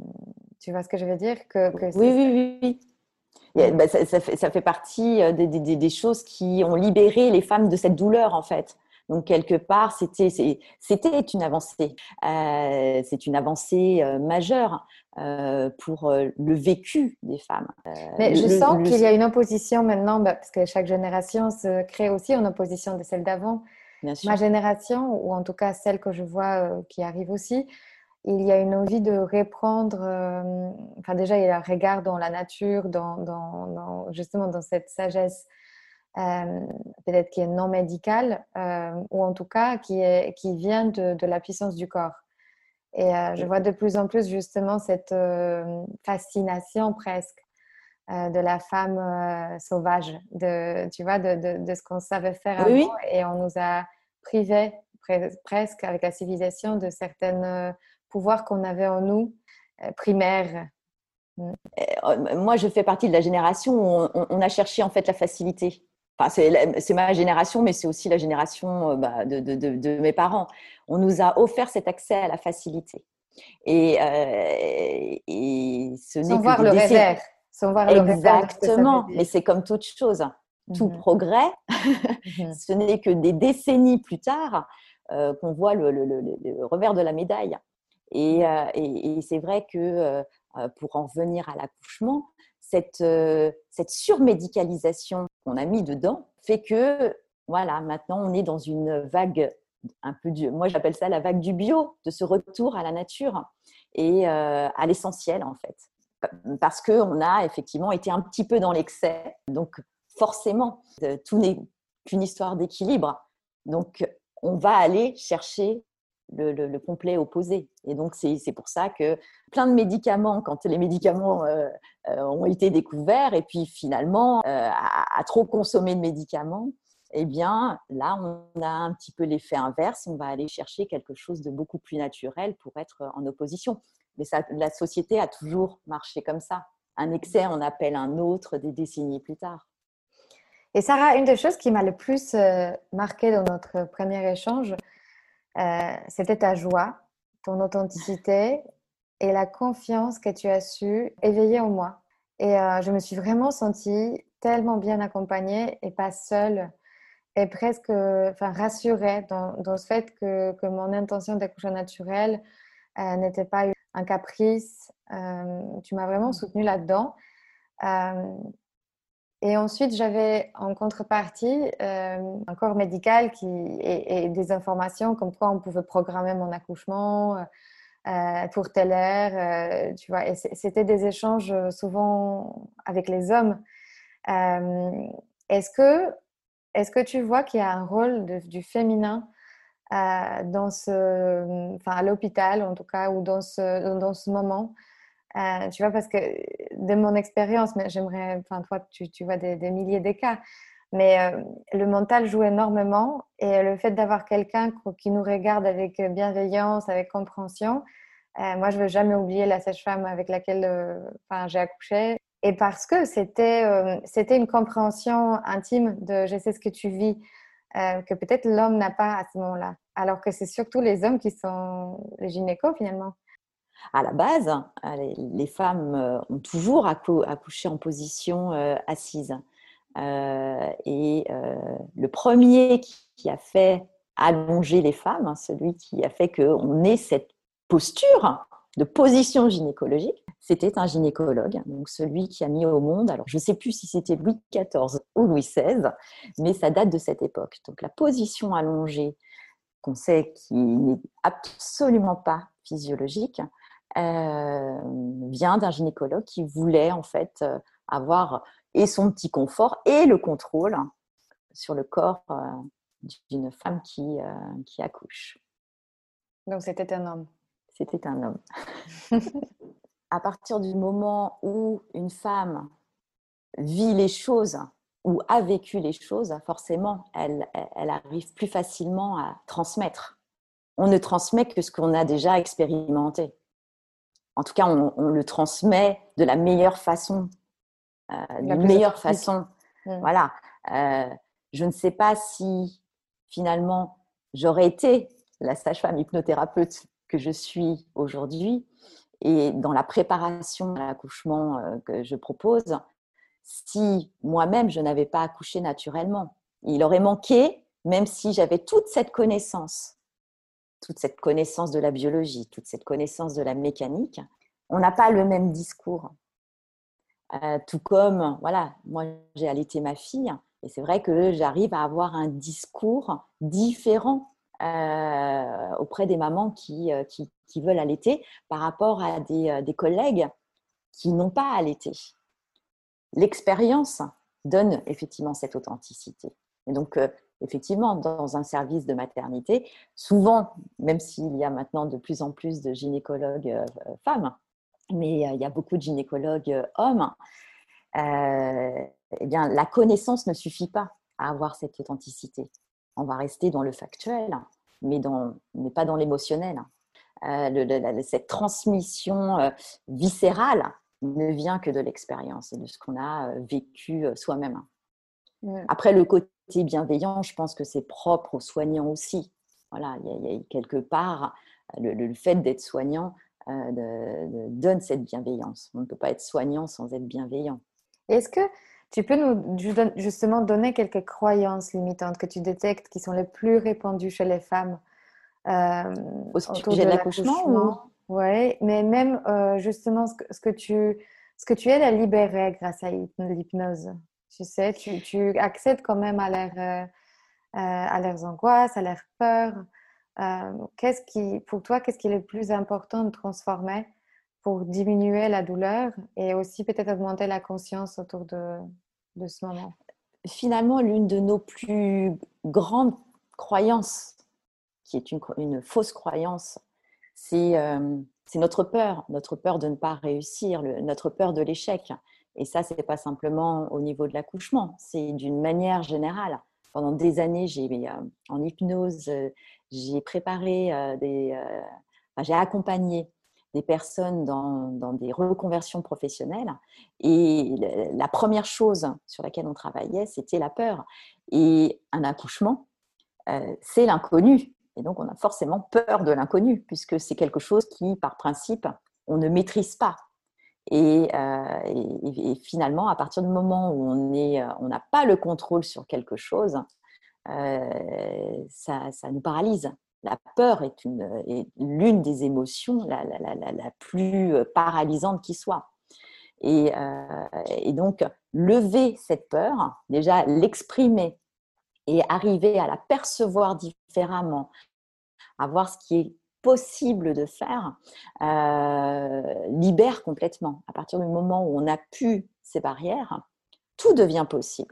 tu vois ce que je veux dire que, que Oui, oui, oui, oui. Mmh. Bah, ça, ça, fait, ça fait partie des, des, des choses qui ont libéré les femmes de cette douleur, en fait. Donc, quelque part, c'était, c'était une avancée. Euh, c'est une avancée euh, majeure euh, pour euh, le vécu des femmes. Euh, Mais le, je sens le, qu'il le... y a une opposition maintenant, bah, parce que chaque génération se crée aussi en opposition de celle d'avant. Bien sûr. Ma génération, ou en tout cas celle que je vois euh, qui arrive aussi, il y a une envie de reprendre, euh, enfin déjà il y a un regard dans la nature, dans, dans, dans justement dans cette sagesse euh, peut-être qui est non médicale, euh, ou en tout cas qui, est, qui vient de, de la puissance du corps. Et euh, je vois de plus en plus justement cette euh, fascination presque euh, de la femme euh, sauvage, de, tu vois, de, de, de ce qu'on savait faire Oui, avant, oui. et on nous a privés pre- presque avec la civilisation de certains euh, pouvoirs qu'on avait en nous, euh, primaires. Mm. Moi, je fais partie de la génération où on, on a cherché en fait la facilité. Enfin, c'est, c'est ma génération, mais c'est aussi la génération bah, de, de, de, de mes parents. On nous a offert cet accès à la facilité. Et, euh, et ce Sans n'est que voir des le décennies. revers, sans voir le revers de ce que ça veut Exactement, dire. mais c'est comme toute chose. Tout Mm-hmm. progrès, Mm-hmm. ce n'est que des décennies plus tard euh, qu'on voit le, le, le, le revers de la médaille. Et, euh, et, et c'est vrai que euh, pour en revenir à l'accouchement, cette, euh, cette surmédicalisation qu'on a mis dedans fait que, voilà, maintenant on est dans une vague un peu du, moi j'appelle ça la vague du bio, de ce retour à la nature et euh, à l'essentiel en fait. Parce qu'on a effectivement été un petit peu dans l'excès, donc forcément, tout n'est qu'une histoire d'équilibre. Donc, on va aller chercher le, le, le complet opposé. Et donc, c'est, c'est pour ça que plein de médicaments, quand les médicaments euh, euh, ont été découverts, et puis finalement, euh, à, à trop consommer de médicaments, eh bien, là, on a un petit peu l'effet inverse. On va aller chercher quelque chose de beaucoup plus naturel pour être en opposition. Mais ça, la société a toujours marché comme ça. Un excès en appelle un autre des décennies plus tard. Et Sarah, une des choses qui m'a le plus euh, marquée dans notre premier échange, euh, c'était ta joie, ton authenticité et la confiance que tu as su éveiller en moi. Et euh, je me suis vraiment sentie tellement bien accompagnée et pas seule et presque enfin, rassurée dans, dans ce fait que, que mon intention d'accoucher naturel euh, n'était pas un caprice. Euh, tu m'as vraiment soutenue là-dedans. Euh, et ensuite, j'avais en contrepartie euh, un corps médical qui, et, et des informations comme quoi on pouvait programmer mon accouchement euh, pour telle heure. Euh, tu vois, et c'était des échanges souvent avec les hommes. Euh, est-ce que, est-ce que tu vois qu'il y a un rôle de, du féminin euh, dans ce, enfin à l'hôpital en tout cas, ou dans ce, dans ce moment? Euh, tu vois, parce que de mon expérience, mais j'aimerais, enfin, toi, tu, tu vois des, des milliers de cas, mais euh, le mental joue énormément et le fait d'avoir quelqu'un qui nous regarde avec bienveillance, avec compréhension, euh, moi, je ne veux jamais oublier la sage-femme avec laquelle euh, enfin, j'ai accouché. Et parce que c'était, euh, c'était une compréhension intime de je sais ce que tu vis, euh, que peut-être l'homme n'a pas à ce moment-là. Alors que c'est surtout les hommes qui sont les gynécos finalement. À la base, les, les femmes ont toujours accou- accouché en position euh, assise. Euh, et euh, le premier qui, qui a fait allonger les femmes, celui qui a fait qu'on ait cette posture de position gynécologique, c'était un gynécologue, donc celui qui a mis au monde, alors je ne sais plus si c'était Louis quatorze ou Louis seize, mais ça date de cette époque. Donc la position allongée, qu'on sait qui n'est absolument pas physiologique, euh, vient d'un gynécologue qui voulait en fait euh, avoir et son petit confort et le contrôle sur le corps euh, d'une femme qui, euh, qui accouche. Donc c'était un homme. C'était un homme. À partir du moment où une femme vit les choses ou a vécu les choses, forcément, elle, elle arrive plus facilement à transmettre. On ne transmet que ce qu'on a déjà expérimenté. En tout cas, on, on le transmet de la meilleure façon, euh, La d'une plus meilleure authentique. façon. Mm. Voilà. Euh, je ne sais pas si finalement j'aurais été la sage-femme hypnothérapeute que je suis aujourd'hui et dans la préparation à l'accouchement euh, que je propose, si moi-même je n'avais pas accouché naturellement. Il aurait manqué, même si j'avais toute cette connaissance, toute cette connaissance de la biologie, toute cette connaissance de la mécanique, on n'a pas le même discours. Euh, tout comme, voilà, moi j'ai allaité ma fille et c'est vrai que j'arrive à avoir un discours différent euh, auprès des mamans qui, euh, qui, qui, veulent allaiter par rapport à des, euh, des collègues qui n'ont pas allaité. L'expérience donne effectivement cette authenticité. Et donc, euh, effectivement, dans un service de maternité, souvent, même s'il y a maintenant de plus en plus de gynécologues euh, femmes, mais euh, il y a beaucoup de gynécologues euh, hommes, euh, eh bien, la connaissance ne suffit pas à avoir cette authenticité. On va rester dans le factuel, mais, dans, mais pas dans l'émotionnel. Euh, le, le, cette transmission euh, viscérale ne vient que de l'expérience et de ce qu'on a euh, vécu euh, soi-même. Mm. Après, le côté bienveillant, je pense que c'est propre aux soignants aussi. Voilà, il y a, il y a quelque part, le, le fait d'être soignant euh, de, de, donne cette bienveillance. On ne peut pas être soignant sans être bienveillant. Est-ce que tu peux nous justement donner quelques croyances limitantes que tu détectes qui sont les plus répandues chez les femmes euh, au autour sujet de de l'accouchement ou... Oui, mais même euh, justement ce que, ce, que tu, ce que tu aides à libérer grâce à l'hypnose. Tu sais, tu, tu accèdes quand même à, leur, euh, à leurs angoisses, à leurs peurs. Euh, qu'est-ce qui, pour toi, qu'est-ce qui est le plus important de transformer pour diminuer la douleur et aussi peut-être augmenter la conscience autour de, de ce moment? Finalement, l'une de nos plus grandes croyances qui est une, une fausse croyance. C'est, euh, c'est notre peur, notre peur de ne pas réussir, le, notre peur de l'échec. Et ça, ce n'est pas simplement au niveau de l'accouchement, c'est d'une manière générale. Pendant des années, j'ai, euh, en hypnose, euh, j'ai préparé euh, des... Euh, enfin, j'ai accompagné des personnes dans, dans des reconversions professionnelles. Et la première chose sur laquelle on travaillait, c'était la peur. Et un accouchement, euh, c'est l'inconnu. Et donc, on a forcément peur de l'inconnu, puisque c'est quelque chose qui, par principe, on ne maîtrise pas. Et, euh, et, et finalement, à partir du moment où on est, on n'a pas le contrôle sur quelque chose, euh, ça, ça nous paralyse. La peur est, une, est l'une des émotions la, la, la, la plus paralysante qui soit. Et, euh, et donc, lever cette peur, déjà l'exprimer et arriver à la percevoir différemment, à voir ce qui est possible de faire, euh, libère complètement. À partir du moment où on a pu ces barrières, tout devient possible.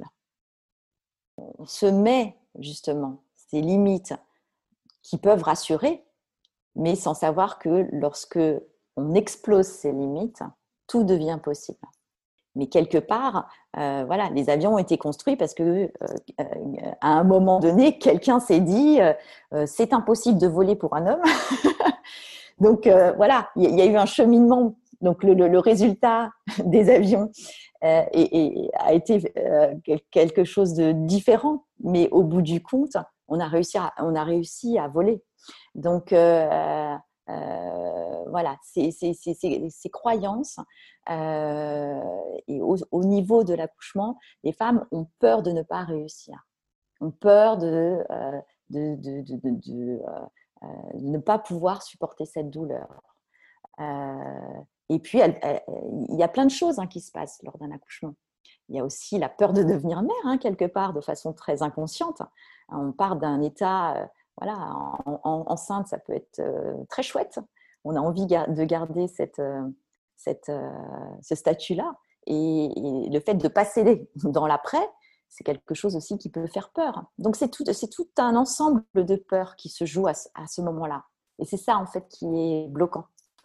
On se met justement ces limites qui peuvent rassurer, mais sans savoir que lorsque on explose ces limites, tout devient possible. Mais quelque part, euh, voilà, les avions ont été construits parce que euh, euh, à un moment donné, quelqu'un s'est dit euh, c'est impossible de voler pour un homme. Donc euh, voilà, il y, y a eu un cheminement. Donc le, le, le résultat des avions euh, et, et a été euh, quelque chose de différent, mais au bout du compte, on a réussi à, on a réussi à voler. Donc euh, euh, voilà, ces, ces, ces, ces croyances euh, et au, au niveau de l'accouchement, les femmes ont peur de ne pas réussir, ont peur de, euh, de, de, de, de, de euh, ne pas pouvoir supporter cette douleur. Euh, et puis, elle, elle, il y a plein de choses hein, qui se passent lors d'un accouchement. Il y a aussi la peur de devenir mère, hein, quelque part, de façon très inconsciente. On part d'un état, euh, voilà, en, en, enceinte, ça peut être euh, très chouette. On a envie de garder cette, euh, cette, euh, ce statut-là. Et, et le fait de passer dans l'après, c'est quelque chose aussi qui peut faire peur. Donc, c'est tout, c'est tout un ensemble de peurs qui se jouent à, à ce moment-là. Et c'est ça, en fait, qui est bloquant.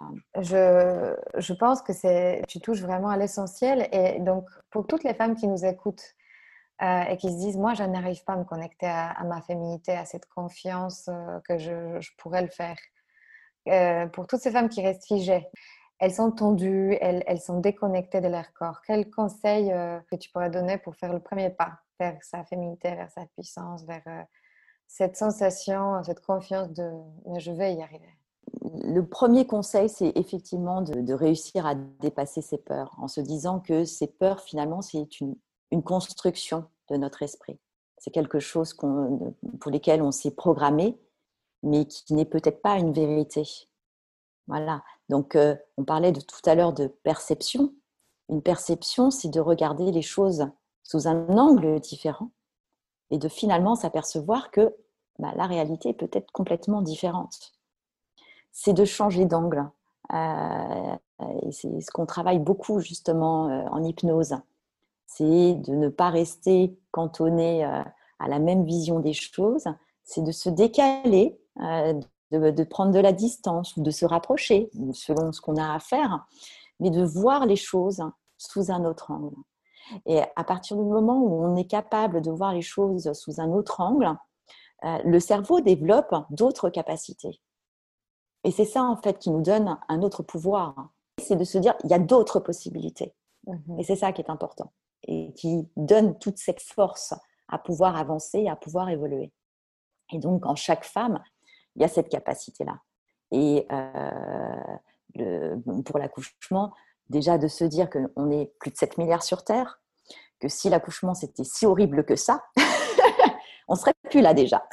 Je, je pense que c'est, tu touches vraiment à l'essentiel. Et donc, pour toutes les femmes qui nous écoutent euh, et qui se disent, moi, je n'arrive pas à me connecter à, à ma féminité, à cette confiance euh, que je, je pourrais le faire. Euh, pour toutes ces femmes qui restent figées, elles sont tendues, elles, elles sont déconnectées de leur corps. Quel conseil euh, que tu pourrais donner pour faire le premier pas vers sa féminité, vers sa puissance, vers euh, cette sensation, cette confiance de je vais y arriver? Le premier conseil, c'est effectivement de, de réussir à dépasser ses peurs en se disant que ces peurs, finalement, c'est une, une construction de notre esprit. C'est quelque chose qu'on, pour lesquels on s'est programmé, mais qui n'est peut-être pas une vérité. Voilà. Donc, euh, on parlait de, tout à l'heure de perception. Une perception, c'est de regarder les choses sous un angle différent et de finalement s'apercevoir que bah, la réalité peut être complètement différente. C'est de changer d'angle. Euh, et c'est ce qu'on travaille beaucoup justement euh, en hypnose. C'est de ne pas rester cantonné euh, à la même vision des choses. C'est de se décaler, euh, de, de prendre de la distance ou de se rapprocher selon ce qu'on a à faire, mais de voir les choses sous un autre angle. Et à partir du moment où on est capable de voir les choses sous un autre angle, euh, le cerveau développe d'autres capacités. Et c'est ça, en fait, qui nous donne un autre pouvoir. C'est de se dire, il y a d'autres possibilités. Mmh. Et c'est ça qui est important. Et qui donne toute cette force à pouvoir avancer, à pouvoir évoluer. Et donc, en chaque femme, il y a cette capacité-là. Et euh, le, pour l'accouchement, déjà de se dire qu'on est plus de sept milliards sur Terre, que si l'accouchement, c'était si horrible que ça, on ne serait plus là déjà.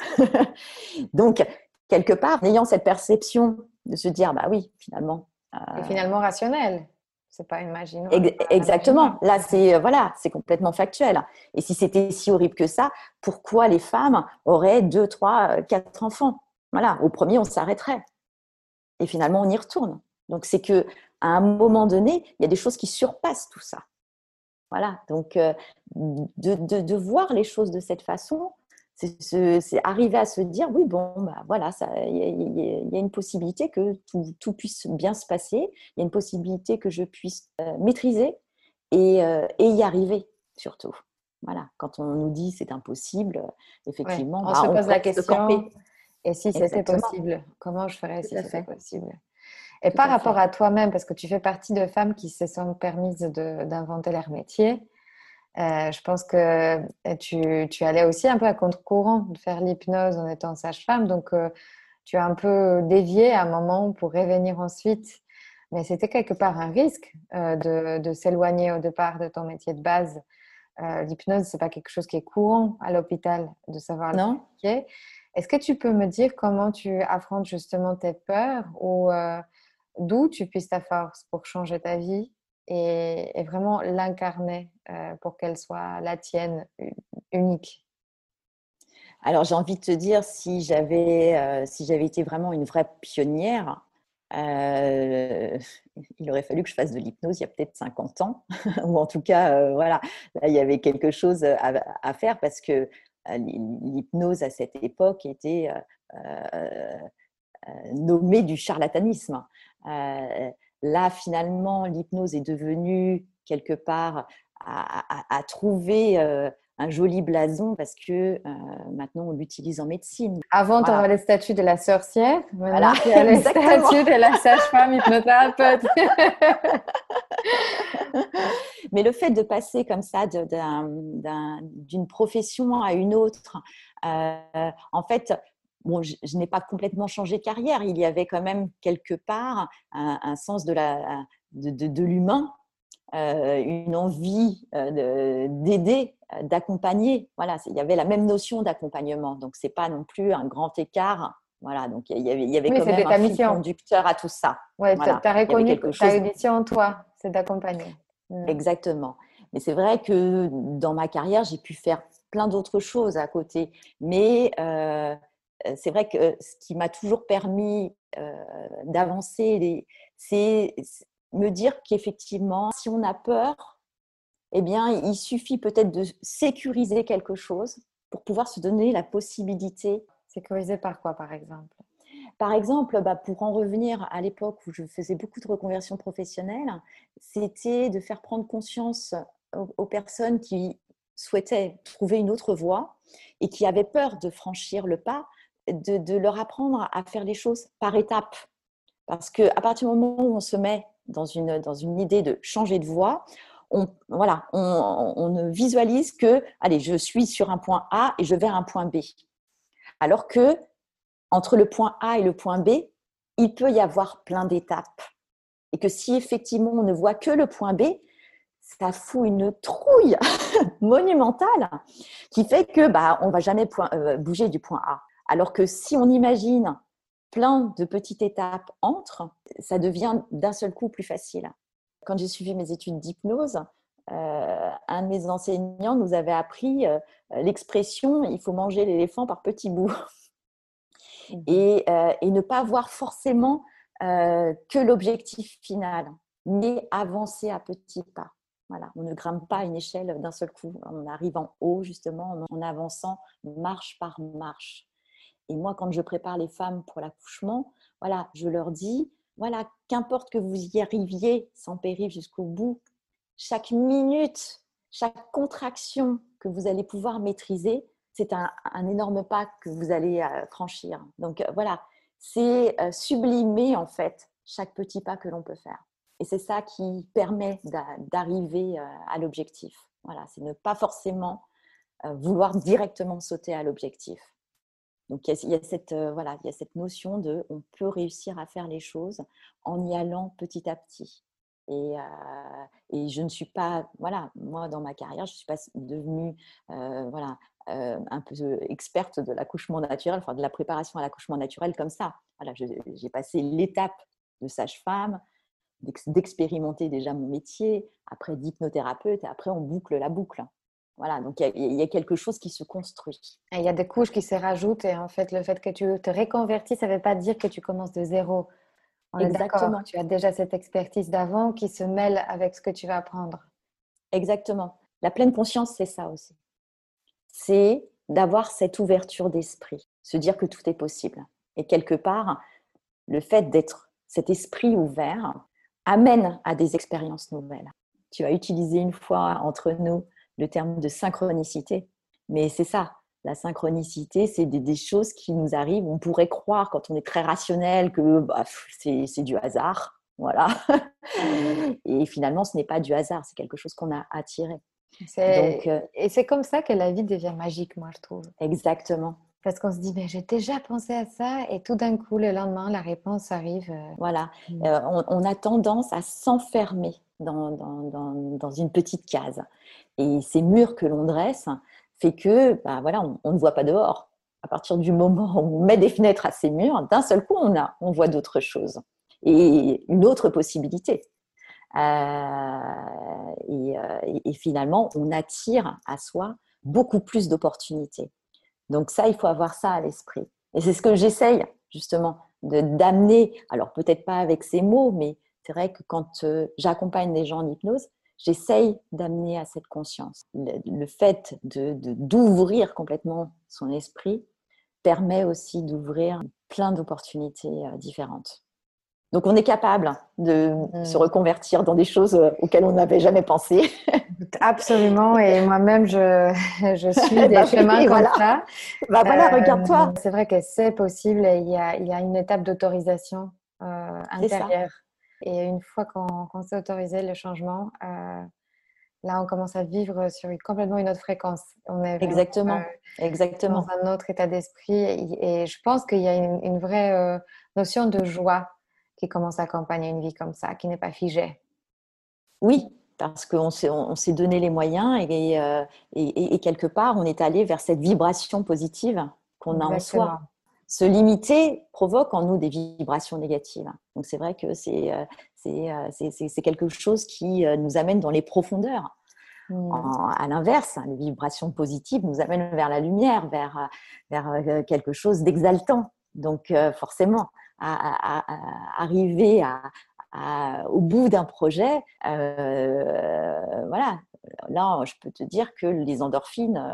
Donc, quelque part, en ayant cette perception de se dire, bah oui, finalement. Euh... Et finalement rationnel. C'est pas imaginaire. Exactement. Là, c'est voilà, c'est complètement factuel. Et si c'était si horrible que ça, pourquoi les femmes auraient deux, trois, quatre enfants? Voilà. Au premier, on s'arrêterait. Et finalement, on y retourne. Donc, c'est que à un moment donné, il y a des choses qui surpassent tout ça. Voilà. Donc, euh, de, de, de voir les choses de cette façon, C'est, c'est, c'est arriver à se dire, oui, bon, bah, voilà, il y, y, y a une possibilité que tout, tout puisse bien se passer, il y a une possibilité que je puisse euh, maîtriser et, euh, et y arriver, surtout. Voilà, quand on nous dit c'est impossible, Ouais, effectivement, on bah, se on pose la reste question, campé. et si c'était Exactement, possible, comment je ferais tout si à c'était fait, possible? Et tout par à rapport fait. à toi-même, parce que tu fais partie de femmes qui se sont permises de- d'inventer leur métier, euh, je pense que tu, tu allais aussi un peu à contre-courant de faire l'hypnose en étant sage-femme, donc euh, tu as un peu dévié à un moment pour revenir ensuite. Mais c'était quelque part un risque euh, de, de s'éloigner au départ de ton métier de base. Euh, l'hypnose, c'est pas quelque chose qui est courant à l'hôpital de savoir le Non? pratiquer. Est-ce que tu peux me dire comment tu affrontes justement tes peurs ou euh, d'où tu puisses ta force pour changer ta vie et, et vraiment l'incarner euh, pour qu'elle soit la tienne, u- unique? Alors, j'ai envie de te dire, si j'avais, euh, si j'avais été vraiment une vraie pionnière, euh, il aurait fallu que je fasse de l'hypnose il y a peut-être cinquante ans, ou en tout cas, euh, voilà, là, il y avait quelque chose à, à faire parce que euh, l'hypnose à cette époque était euh, euh, nommée du charlatanisme. Euh, Là, finalement, l'hypnose est devenue quelque part à, à, à trouver euh, un joli blason parce que euh, maintenant on l'utilise en médecine. Avant, tu Voilà, aurais le statut de la sorcière. voilà, Maintenant, tu as le exactement. statut de la sage-femme hypnothérapeute. Mais le fait de passer comme ça de, d'un, d'un, d'une profession à une autre, euh, en fait, bon, je, je n'ai pas complètement changé de carrière. Il y avait quand même quelque part un, un sens de, la, de, de, de l'humain, euh, une envie euh, de, d'aider, euh, d'accompagner. Voilà, il y avait la même notion d'accompagnement. Donc, ce n'est pas non plus un grand écart. Voilà, donc il y avait, il y avait Oui, quand c'était même un ta fil mission. conducteur à tout ça. Ouais, tu Voilà, as il y avait reconnu que quelque tu as chose. une mission en toi, c'est d'accompagner. Mm. Exactement. Mais c'est vrai que dans ma carrière, j'ai pu faire plein d'autres choses à côté. Mais euh, c'est vrai que ce qui m'a toujours permis euh, d'avancer, c'est me dire qu'effectivement, si on a peur, eh bien, il suffit peut-être de sécuriser quelque chose pour pouvoir se donner la possibilité. Sécurisé par quoi, par exemple? Par exemple, bah, pour en revenir à l'époque où je faisais beaucoup de reconversion professionnelle, c'était de faire prendre conscience aux, aux personnes qui souhaitaient trouver une autre voie et qui avaient peur de franchir le pas, de, de leur apprendre à faire les choses par étapes. Parce qu'à partir du moment où on se met dans une, dans une idée de changer de voie, on, voilà, on, on ne visualise que, allez, je suis sur un point A et je vais à un point B. Alors que entre le point A et le point B, il peut y avoir plein d'étapes. Et que si effectivement on ne voit que le point B, ça fout une trouille monumentale qui fait que bah, on ne va jamais point, euh, bouger du point A. Alors que si on imagine plein de petites étapes entre, ça devient d'un seul coup plus facile. Quand j'ai suivi mes études d'hypnose, euh, un de mes enseignants nous avait appris euh, l'expression « il faut manger l'éléphant par petits bouts ». Mhm. Et, euh, et ne pas voir forcément euh, que l'objectif final, mais avancer à petits pas. Voilà, on ne grimpe pas une échelle d'un seul coup, on arrive en haut justement en avançant marche par marche. Et moi, quand je prépare les femmes pour l'accouchement, voilà, je leur dis, voilà, qu'importe que vous y arriviez sans péril jusqu'au bout, chaque minute, chaque contraction que vous allez pouvoir maîtriser, c'est un, un énorme pas que vous allez euh, franchir. Donc euh, voilà, c'est euh, sublimer en fait chaque petit pas que l'on peut faire. Et c'est ça qui permet d'arriver euh, à l'objectif. Voilà, c'est ne pas forcément euh, vouloir directement sauter à l'objectif. Donc il y a, il y a cette, euh, voilà, il y a cette notion de on peut réussir à faire les choses en y allant petit à petit. Et, euh, et je ne suis pas, voilà, moi dans ma carrière, je ne suis pas devenue euh, voilà, euh, un peu experte de l'accouchement naturel, enfin de la préparation à l'accouchement naturel comme ça. Voilà, j'ai passé l'étape de sage-femme, d'expérimenter déjà mon métier, après d'hypnothérapeute, et après on boucle la boucle. Voilà, donc il y, y, a quelque chose qui se construit. Et il y a des couches qui se rajoutent et en fait, le fait que tu te reconvertis, ça ne veut pas dire que tu commences de zéro. On est d'accord. Exactement. Tu as déjà cette expertise d'avant qui se mêle avec ce que tu vas apprendre. Exactement. La pleine conscience, c'est ça aussi. C'est d'avoir cette ouverture d'esprit, se dire que tout est possible. Et quelque part, le fait d'être cet esprit ouvert amène à des expériences nouvelles. Tu as utilisé une fois entre nous le terme de synchronicité, mais c'est ça. La synchronicité, c'est des, des choses qui nous arrivent. On pourrait croire, quand on est très rationnel, que bah, c'est, c'est du hasard. Voilà. Et finalement, ce n'est pas du hasard, c'est quelque chose qu'on a attiré. C'est... Donc, euh... Et c'est comme ça que la vie devient magique, moi, je trouve. Exactement. Parce qu'on se dit, mais j'ai déjà pensé à ça, et tout d'un coup, le lendemain, la réponse arrive. Voilà. Mmh. Euh, on, on a tendance à s'enfermer dans, dans, dans, dans une petite case. Et ces murs que l'on dresse fait que, bah, voilà, on, on ne voit pas dehors. À partir du moment où on met des fenêtres à ces murs, d'un seul coup, on, a, on voit d'autres choses. Et une autre possibilité. Euh, et, et, et finalement, on attire à soi beaucoup plus d'opportunités. Donc ça, il faut avoir ça à l'esprit. Et c'est ce que j'essaye justement de, d'amener, alors peut-être pas avec ces mots, mais c'est vrai que quand euh, j'accompagne des gens en hypnose, j'essaye d'amener à cette conscience. Le, le fait de, de, d'ouvrir complètement son esprit permet aussi d'ouvrir plein d'opportunités euh, différentes. Donc on est capable de mmh. se reconvertir dans des choses auxquelles on n'avait jamais pensé. Absolument, et moi-même je, je suis des bah chemins oui, comme voilà. ça. Bah voilà, euh, regarde-toi. C'est vrai que c'est possible, et il y a, il y a une étape d'autorisation euh, intérieure. Et une fois qu'on, qu'on s'est autorisé le changement, euh, là on commence à vivre sur une, complètement une autre fréquence. On est vraiment, exactement, euh, exactement. dans un autre état d'esprit, et, et je pense qu'il y a une, une vraie euh, notion de joie qui commence à accompagner une vie comme ça, qui n'est pas figée. Oui, parce qu'on s'est, on, on s'est donné les moyens et, euh, et, et quelque part, on est allé vers cette vibration positive qu'on Exactement. a en soi. Se limiter provoque en nous des vibrations négatives. Donc, c'est vrai que c'est, c'est, c'est, c'est, c'est quelque chose qui nous amène dans les profondeurs. Mmh. En, à l'inverse, les vibrations positives nous amènent vers la lumière, vers, vers quelque chose d'exaltant. Donc, forcément, à, à, à arriver à, à, au bout d'un projet, euh, voilà, là, je peux te dire que les endorphines,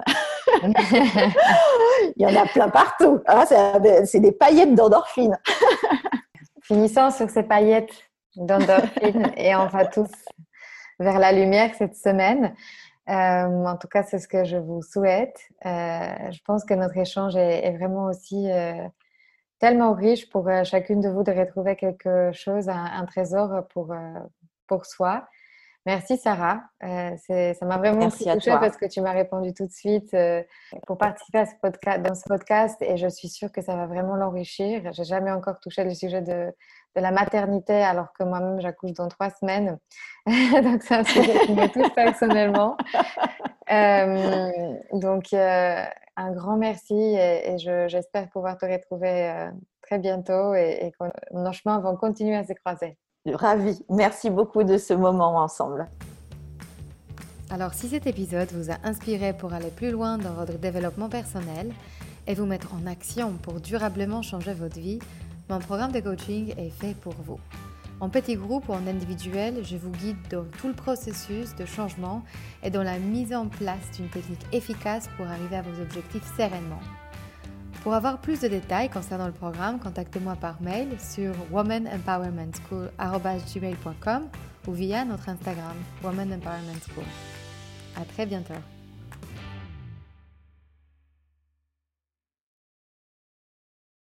il y en a plein partout. Ah, c'est, c'est des paillettes d'endorphines. Finissons sur ces paillettes d'endorphines et on va tous vers la lumière cette semaine. Euh, en tout cas, c'est ce que je vous souhaite. Euh, je pense que notre échange est, est vraiment aussi euh, tellement riche pour euh, chacune de vous de retrouver quelque chose, un, un trésor pour, euh, pour soi. Merci Sarah, euh, c'est, ça m'a vraiment touchée parce que tu m'as répondu tout de suite euh, pour participer à ce podcast, dans ce podcast, et je suis sûre que ça va vraiment l'enrichir. J'ai jamais encore touché le sujet de, de la maternité alors que moi-même j'accouche dans trois semaines, donc c'est un sujet qui me touche personnellement. Euh, donc euh, un grand merci, et, et je, j'espère pouvoir te retrouver euh, très bientôt, et, et que nos chemins vont continuer à se croiser. Ravie. Merci beaucoup de ce moment ensemble. Alors, si cet épisode vous a inspiré pour aller plus loin dans votre développement personnel et vous mettre en action pour durablement changer votre vie, mon programme de coaching est fait pour vous. En petit groupe ou en individuel, je vous guide dans tout le processus de changement et dans la mise en place d'une technique efficace pour arriver à vos objectifs sereinement. Pour avoir plus de détails concernant le programme, contactez-moi par mail sur woman empowerment school arobase gmail point com ou via notre Instagram Woman Empowerment School. À très bientôt.